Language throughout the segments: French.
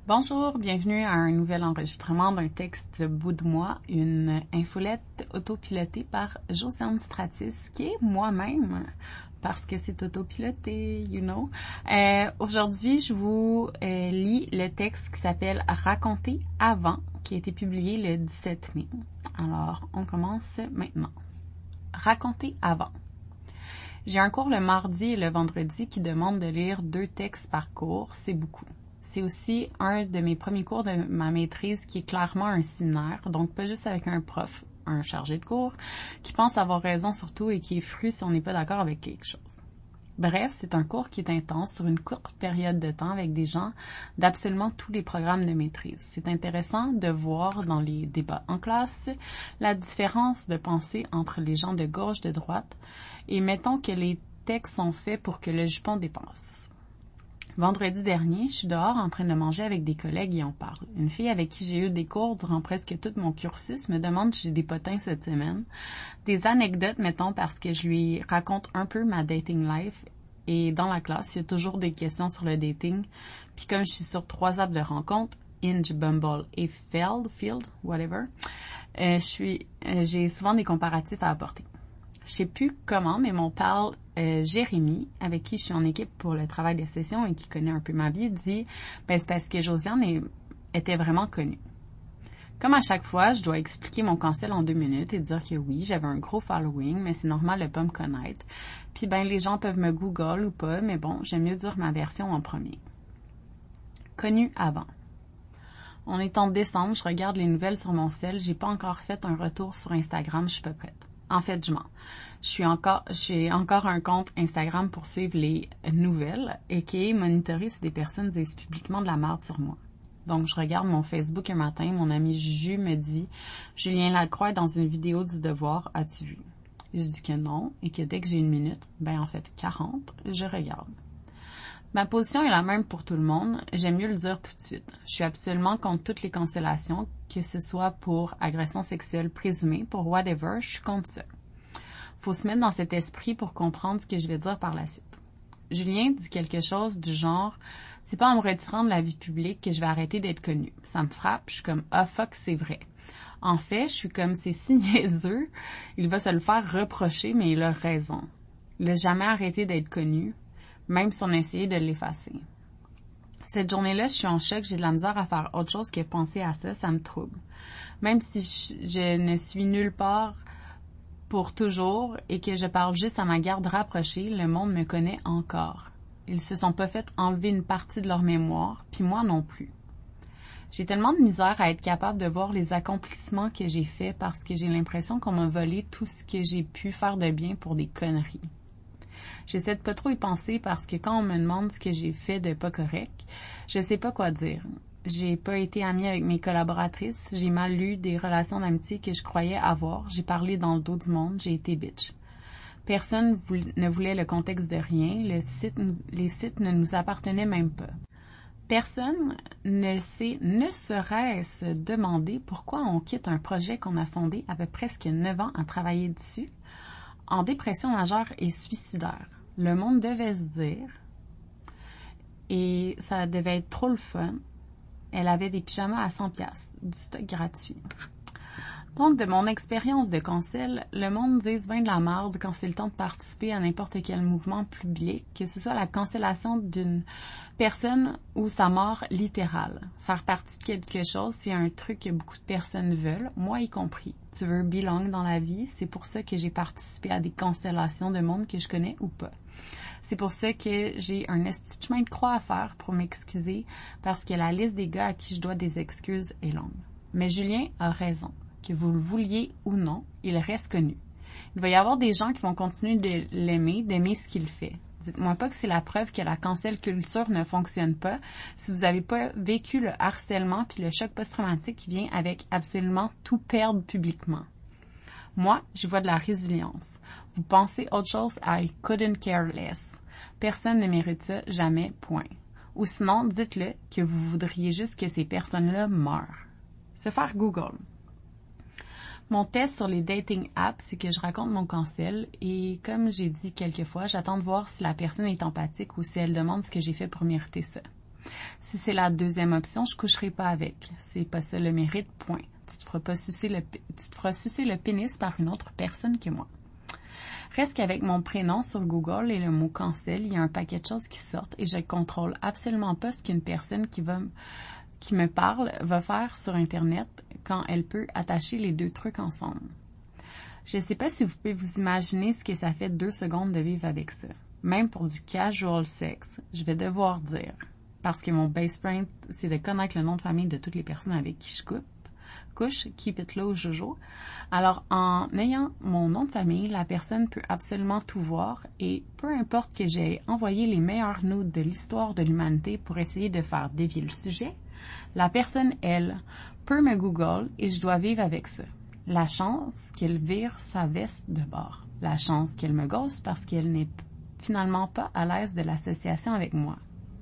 Bonjour, bienvenue à un nouvel enregistrement d'un texte bout de moi, une infolette autopilotée par Josiane Stratis, qui est moi-même, parce que c'est autopiloté, you know. Aujourd'hui, je vous lis le texte qui s'appelle « Raconter avant », qui a été publié le 17 mai. Alors, on commence maintenant. Raconter avant. J'ai un cours le mardi et le vendredi qui demande de lire 2 textes par cours, c'est beaucoup. C'est aussi un de mes premiers cours de ma maîtrise qui est clairement un séminaire, donc pas juste avec un prof, un chargé de cours, qui pense avoir raison sur tout et qui est fru si on n'est pas d'accord avec quelque chose. Bref, c'est un cours qui est intense sur une courte période de temps avec des gens d'absolument tous les programmes de maîtrise. C'est intéressant de voir dans les débats en classe la différence de pensée entre les gens de gauche, de droite, et mettons que les textes sont faits pour que le jupon dépasse. Vendredi dernier, je suis dehors en train de manger avec des collègues et on parle. Une fille avec qui j'ai eu des cours durant presque tout mon cursus me demande si j'ai des potins cette semaine. Des anecdotes, mettons, parce que je lui raconte un peu ma dating life. Et dans la classe, il y a toujours des questions sur le dating. Puis comme je suis sur 3 apps de rencontre, Hinge, Bumble et Field, whatever, j'ai souvent des comparatifs à apporter. Je sais plus comment, mais mon pal Jérémy, avec qui je suis en équipe pour le travail de session et qui connaît un peu ma vie, dit « c'est parce que Josiane était vraiment connue. » Comme à chaque fois, je dois expliquer mon cancel en 2 minutes et dire que oui, j'avais un gros following, mais c'est normal de pas me connaître. Puis les gens peuvent me Google ou pas, mais bon, j'aime mieux dire ma version en premier. Connue avant. On est en décembre, je regarde les nouvelles sur mon cell, j'ai pas encore fait un retour sur Instagram, je suis pas prête. En fait, je mens. J'ai encore un compte Instagram pour suivre les nouvelles et qui est monitorer si des personnes disent publiquement de la merde sur moi. Donc, je regarde mon Facebook un matin, mon ami Juju me dit « Julien Lacroix est dans une vidéo du Devoir, as-tu vu? » Je dis que non et que dès que j'ai 1 minute, en fait 40, je regarde. Ma position est la même pour tout le monde, j'aime mieux le dire tout de suite. Je suis absolument contre toutes les cancellations, que ce soit pour agression sexuelle présumée, pour whatever, je suis contre ça. Faut se mettre dans cet esprit pour comprendre ce que je vais dire par la suite. Julien dit quelque chose du genre « C'est pas en me retirant de la vie publique que je vais arrêter d'être connue. » Ça me frappe, je suis comme « Ah fuck, c'est vrai. » En fait, je suis comme « C'est si niaiseux, il va se le faire reprocher, mais il a raison. Il n'a jamais arrêté d'être connu. » Même si on essayait de l'effacer. Cette journée-là, je suis en choc, j'ai de la misère à faire autre chose que penser à ça, ça me trouble. Même si je ne suis nulle part pour toujours et que je parle juste à ma garde rapprochée, le monde me connaît encore. Ils se sont pas fait enlever une partie de leur mémoire, puis moi non plus. J'ai tellement de misère à être capable de voir les accomplissements que j'ai faits parce que j'ai l'impression qu'on m'a volé tout ce que j'ai pu faire de bien pour des conneries. J'essaie de pas trop y penser parce que quand on me demande ce que j'ai fait de pas correct, je sais pas quoi dire. J'ai pas été amie avec mes collaboratrices, j'ai mal lu des relations d'amitié que je croyais avoir, j'ai parlé dans le dos du monde, j'ai été bitch. Personne ne voulait le contexte de rien, les sites ne nous appartenaient même pas. Personne ne serait-ce demander pourquoi on quitte un projet qu'on a fondé après presque 9 ans à travailler dessus, en dépression majeure et suicidaire. Le monde devait se dire, et ça devait être trop le fun, elle avait des pyjamas à 100$, du stock gratuit. Donc, de mon expérience de cancel, le monde dit bien de la merde quand c'est le temps de participer à n'importe quel mouvement public, que ce soit la cancellation d'une personne ou sa mort littérale. Faire partie de quelque chose, c'est un truc que beaucoup de personnes veulent, moi y compris. Tu veux belong dans la vie, c'est pour ça que j'ai participé à des cancellations de monde que je connais ou pas. C'est pour ça que j'ai un esti de chemin de croix à faire pour m'excuser, parce que la liste des gars à qui je dois des excuses est longue. Mais Julien a raison. Que vous le vouliez ou non, il reste connu. Il va y avoir des gens qui vont continuer de l'aimer, d'aimer ce qu'il fait. Dites-moi pas que c'est la preuve que la cancel culture ne fonctionne pas si vous n'avez pas vécu le harcèlement puis le choc post-traumatique qui vient avec absolument tout perdre publiquement. Moi, j'y vois de la résilience. Vous pensez autre chose, I couldn't care less. Personne ne mérite ça, jamais, point. Ou sinon, dites-le que vous voudriez juste que ces personnes-là meurent. Se faire Google. Mon test sur les dating apps, c'est que je raconte mon cancel et comme j'ai dit quelques fois, j'attends de voir si la personne est empathique ou si elle demande ce que j'ai fait pour mériter ça. Si c'est la deuxième option, je coucherai pas avec. C'est pas ça le mérite, point. Tu te feras sucer le pénis par une autre personne que moi. Reste qu'avec mon prénom sur Google et le mot cancel, il y a un paquet de choses qui sortent et je contrôle absolument pas ce qu'une personne qui me parle va faire sur Internet quand elle peut attacher les deux trucs ensemble. Je sais pas si vous pouvez vous imaginer ce que ça fait 2 secondes de vivre avec ça. Même pour du casual sex, je vais devoir dire, parce que mon base print, c'est de connaître le nom de famille de toutes les personnes avec qui je couche, keep it low, jojo. Alors, en ayant mon nom de famille, la personne peut absolument tout voir et peu importe que j'ai envoyé les meilleurs nudes de l'histoire de l'humanité pour essayer de faire dévier le sujet, la personne, elle, peut me Google et je dois vivre avec ça. La chance qu'elle vire sa veste de bord. La chance qu'elle me gosse parce qu'elle n'est finalement pas à l'aise de l'association avec moi.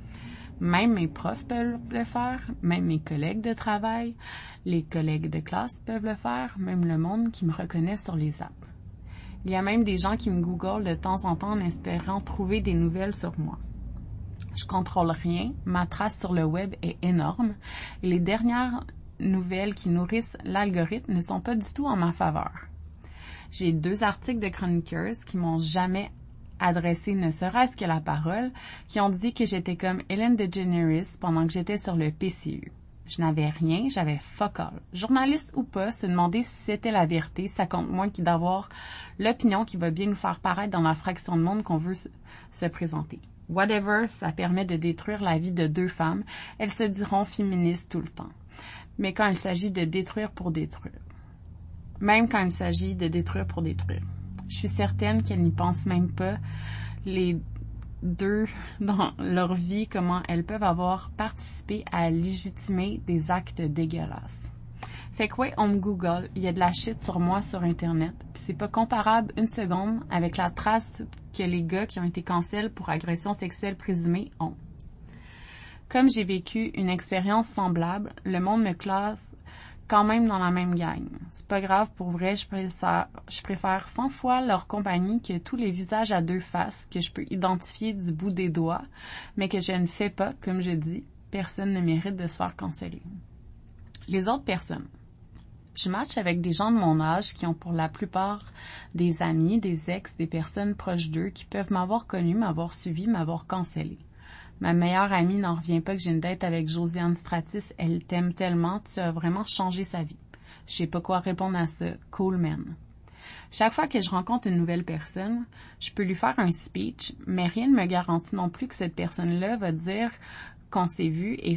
Même mes profs peuvent le faire, même mes collègues de travail, les collègues de classe peuvent le faire, même le monde qui me reconnaît sur les apps. Il y a même des gens qui me googlent de temps en temps en espérant trouver des nouvelles sur moi. Je contrôle rien, ma trace sur le web est énorme et les dernières nouvelles qui nourrissent l'algorithme ne sont pas du tout en ma faveur. J'ai 2 articles de chroniqueuses qui m'ont jamais adressé ne serait-ce que la parole, qui ont dit que j'étais comme Ellen DeGeneres pendant que j'étais sur le PCU. Je n'avais rien, j'avais fuck all. Journaliste ou pas, se demander si c'était la vérité, ça compte moins que d'avoir l'opinion qui va bien nous faire paraître dans la fraction de monde qu'on veut se présenter. Whatever, ça permet de détruire la vie de 2 femmes. Elles se diront féministes tout le temps. Mais quand il s'agit de détruire pour détruire. Même quand il s'agit de détruire pour détruire. Je suis certaine qu'elles n'y pensent même pas, les 2, dans leur vie, comment elles peuvent avoir participé à légitimer des actes dégueulasses. Fait que ouais, on me Google, il y a de la shit sur moi sur Internet, pis c'est pas comparable une seconde avec la trace que les gars qui ont été cancel pour agression sexuelle présumée ont. Comme j'ai vécu une expérience semblable, le monde me classe quand même dans la même gang. C'est pas grave, pour vrai, je préfère 100 fois leur compagnie que tous les visages à 2 faces que je peux identifier du bout des doigts, mais que je ne fais pas, comme je dis, personne ne mérite de se faire canceller. Les autres personnes. Je match avec des gens de mon âge qui ont pour la plupart des amis, des ex, des personnes proches d'eux qui peuvent m'avoir connu, m'avoir suivi, m'avoir cancellé. Ma meilleure amie n'en revient pas que j'ai une date avec Josiane Stratis. Elle t'aime tellement, tu as vraiment changé sa vie. Je sais pas quoi répondre à ça. Cool, man. Chaque fois que je rencontre une nouvelle personne, je peux lui faire un speech, mais rien ne me garantit non plus que cette personne-là va dire qu'on s'est vu et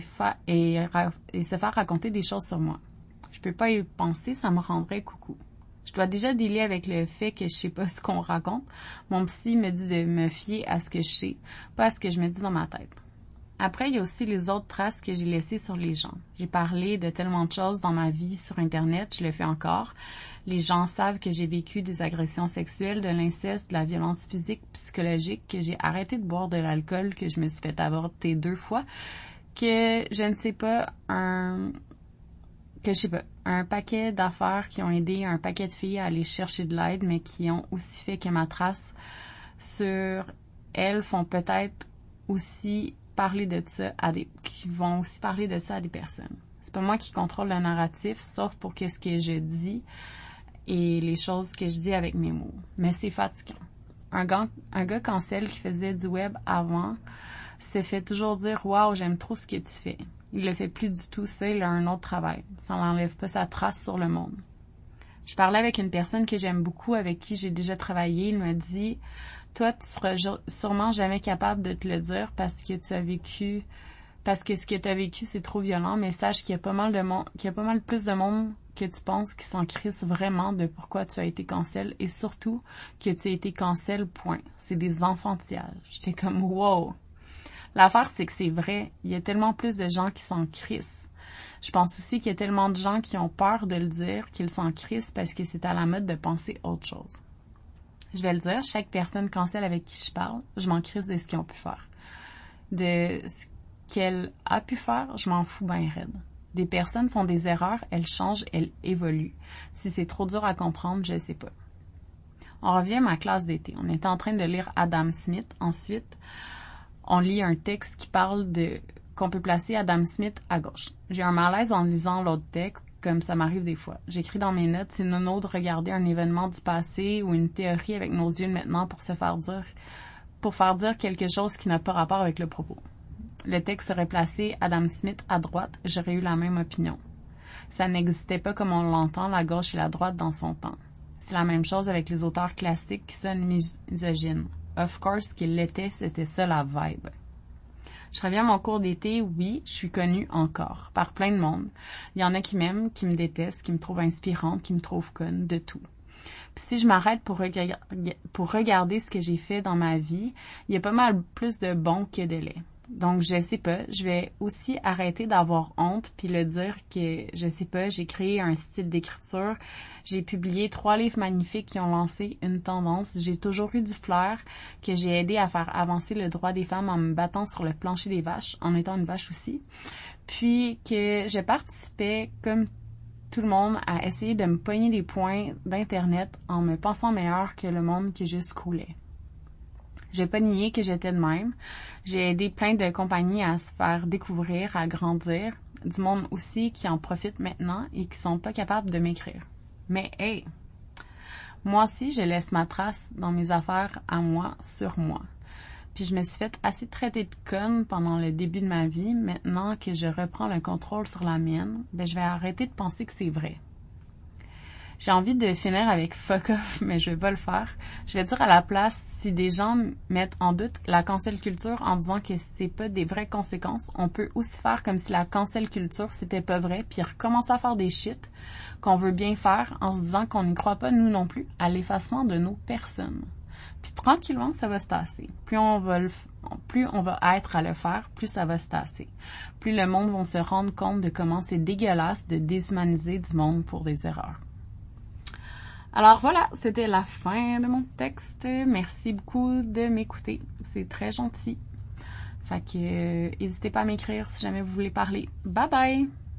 se faire raconter des choses sur moi. Je peux pas y penser, ça me rendrait coucou. Je dois déjà dealer avec le fait que je sais pas ce qu'on raconte. Mon psy me dit de me fier à ce que je sais, pas à ce que je me dis dans ma tête. Après, il y a aussi les autres traces que j'ai laissées sur les gens. J'ai parlé de tellement de choses dans ma vie sur Internet, je le fais encore. Les gens savent que j'ai vécu des agressions sexuelles, de l'inceste, de la violence physique, psychologique, que j'ai arrêté de boire de l'alcool, que je me suis fait avorter 2 fois, que je ne sais pas, un paquet d'affaires qui ont aidé un paquet de filles à aller chercher de l'aide, mais qui ont aussi fait que ma trace sur elles font peut-être aussi parler de ça qui vont aussi parler de ça à des personnes. C'est pas moi qui contrôle le narratif, sauf pour qu'est-ce que je dis et les choses que je dis avec mes mots. Mais c'est fatigant. Un gars cancel qui faisait du web avant se fait toujours dire « Wow, j'aime trop ce que tu fais ». Il le fait plus du tout, ça, il a un autre travail. Ça n'enlève pas sa trace sur le monde. Je parlais avec une personne que j'aime beaucoup, avec qui j'ai déjà travaillé. Il m'a dit, toi, tu seras sûrement jamais capable de te le dire parce que ce que tu as vécu, c'est trop violent, mais sache qu'il y a pas mal plus de monde que tu penses qui s'en crisse vraiment de pourquoi tu as été cancel et surtout que tu as été cancel, point. C'est des enfantillages. J'étais comme, wow! L'affaire, c'est que c'est vrai. Il y a tellement plus de gens qui s'en crissent. Je pense aussi qu'il y a tellement de gens qui ont peur de le dire, qu'ils s'en crissent parce que c'est à la mode de penser autre chose. Je vais le dire, chaque personne cancel avec qui je parle, je m'en crisse de ce qu'ils ont pu faire. De ce qu'elle a pu faire, je m'en fous ben raide. Des personnes font des erreurs, elles changent, elles évoluent. Si c'est trop dur à comprendre, je sais pas. On revient à ma classe d'été. On était en train de lire Adam Smith. Ensuite, on lit un texte qui parle de qu'on peut placer Adam Smith à gauche. J'ai un malaise en lisant l'autre texte, comme ça m'arrive des fois. J'écris dans mes notes, c'est nono de regarder un événement du passé ou une théorie avec nos yeux de maintenant pour faire dire quelque chose qui n'a pas rapport avec le propos. Le texte serait placé Adam Smith à droite, j'aurais eu la même opinion. Ça n'existait pas comme on l'entend, la gauche et la droite dans son temps. C'est la même chose avec les auteurs classiques qui sonnent misogynes. Of course qu'il l'était, c'était ça la vibe. Je reviens à mon cours d'été, oui, je suis connue encore, par plein de monde. Il y en a qui m'aiment, qui me détestent, qui me trouvent inspirante, qui me trouvent conne, de tout. Puis si je m'arrête pour regarder ce que j'ai fait dans ma vie, il y a pas mal plus de bon que de laid. Donc, je sais pas, je vais aussi arrêter d'avoir honte puis le dire que, je sais pas, j'ai créé un style d'écriture, j'ai publié 3 livres magnifiques qui ont lancé une tendance, j'ai toujours eu du flair, que j'ai aidé à faire avancer le droit des femmes en me battant sur le plancher des vaches, en étant une vache aussi, puis que je participais comme tout le monde à essayer de me pogner des points d'Internet en me pensant meilleure que le monde qui juste coulait. J'ai pas nié que j'étais de même. J'ai aidé plein de compagnies à se faire découvrir, à grandir. Du monde aussi qui en profite maintenant et qui sont pas capables de m'écrire. Mais hey! Moi aussi, je laisse ma trace dans mes affaires à moi, sur moi. Puis je me suis fait assez traiter de conne pendant le début de ma vie. Maintenant que je reprends le contrôle sur la mienne, je vais arrêter de penser que c'est vrai. J'ai envie de finir avec fuck off, mais je vais pas le faire. Je vais dire à la place, si des gens mettent en doute la cancel culture en disant que c'est pas des vraies conséquences, on peut aussi faire comme si la cancel culture c'était pas vrai, puis recommencer à faire des shit qu'on veut bien faire en se disant qu'on n'y croit pas nous non plus à l'effacement de nos personnes. Puis tranquillement, ça va se tasser. Plus on va être à le faire, plus ça va se tasser. Plus le monde va se rendre compte de comment c'est dégueulasse de déshumaniser du monde pour des erreurs. Alors voilà, c'était la fin de mon texte. Merci beaucoup de m'écouter. C'est très gentil. Fait que n'hésitez pas à m'écrire si jamais vous voulez parler. Bye bye!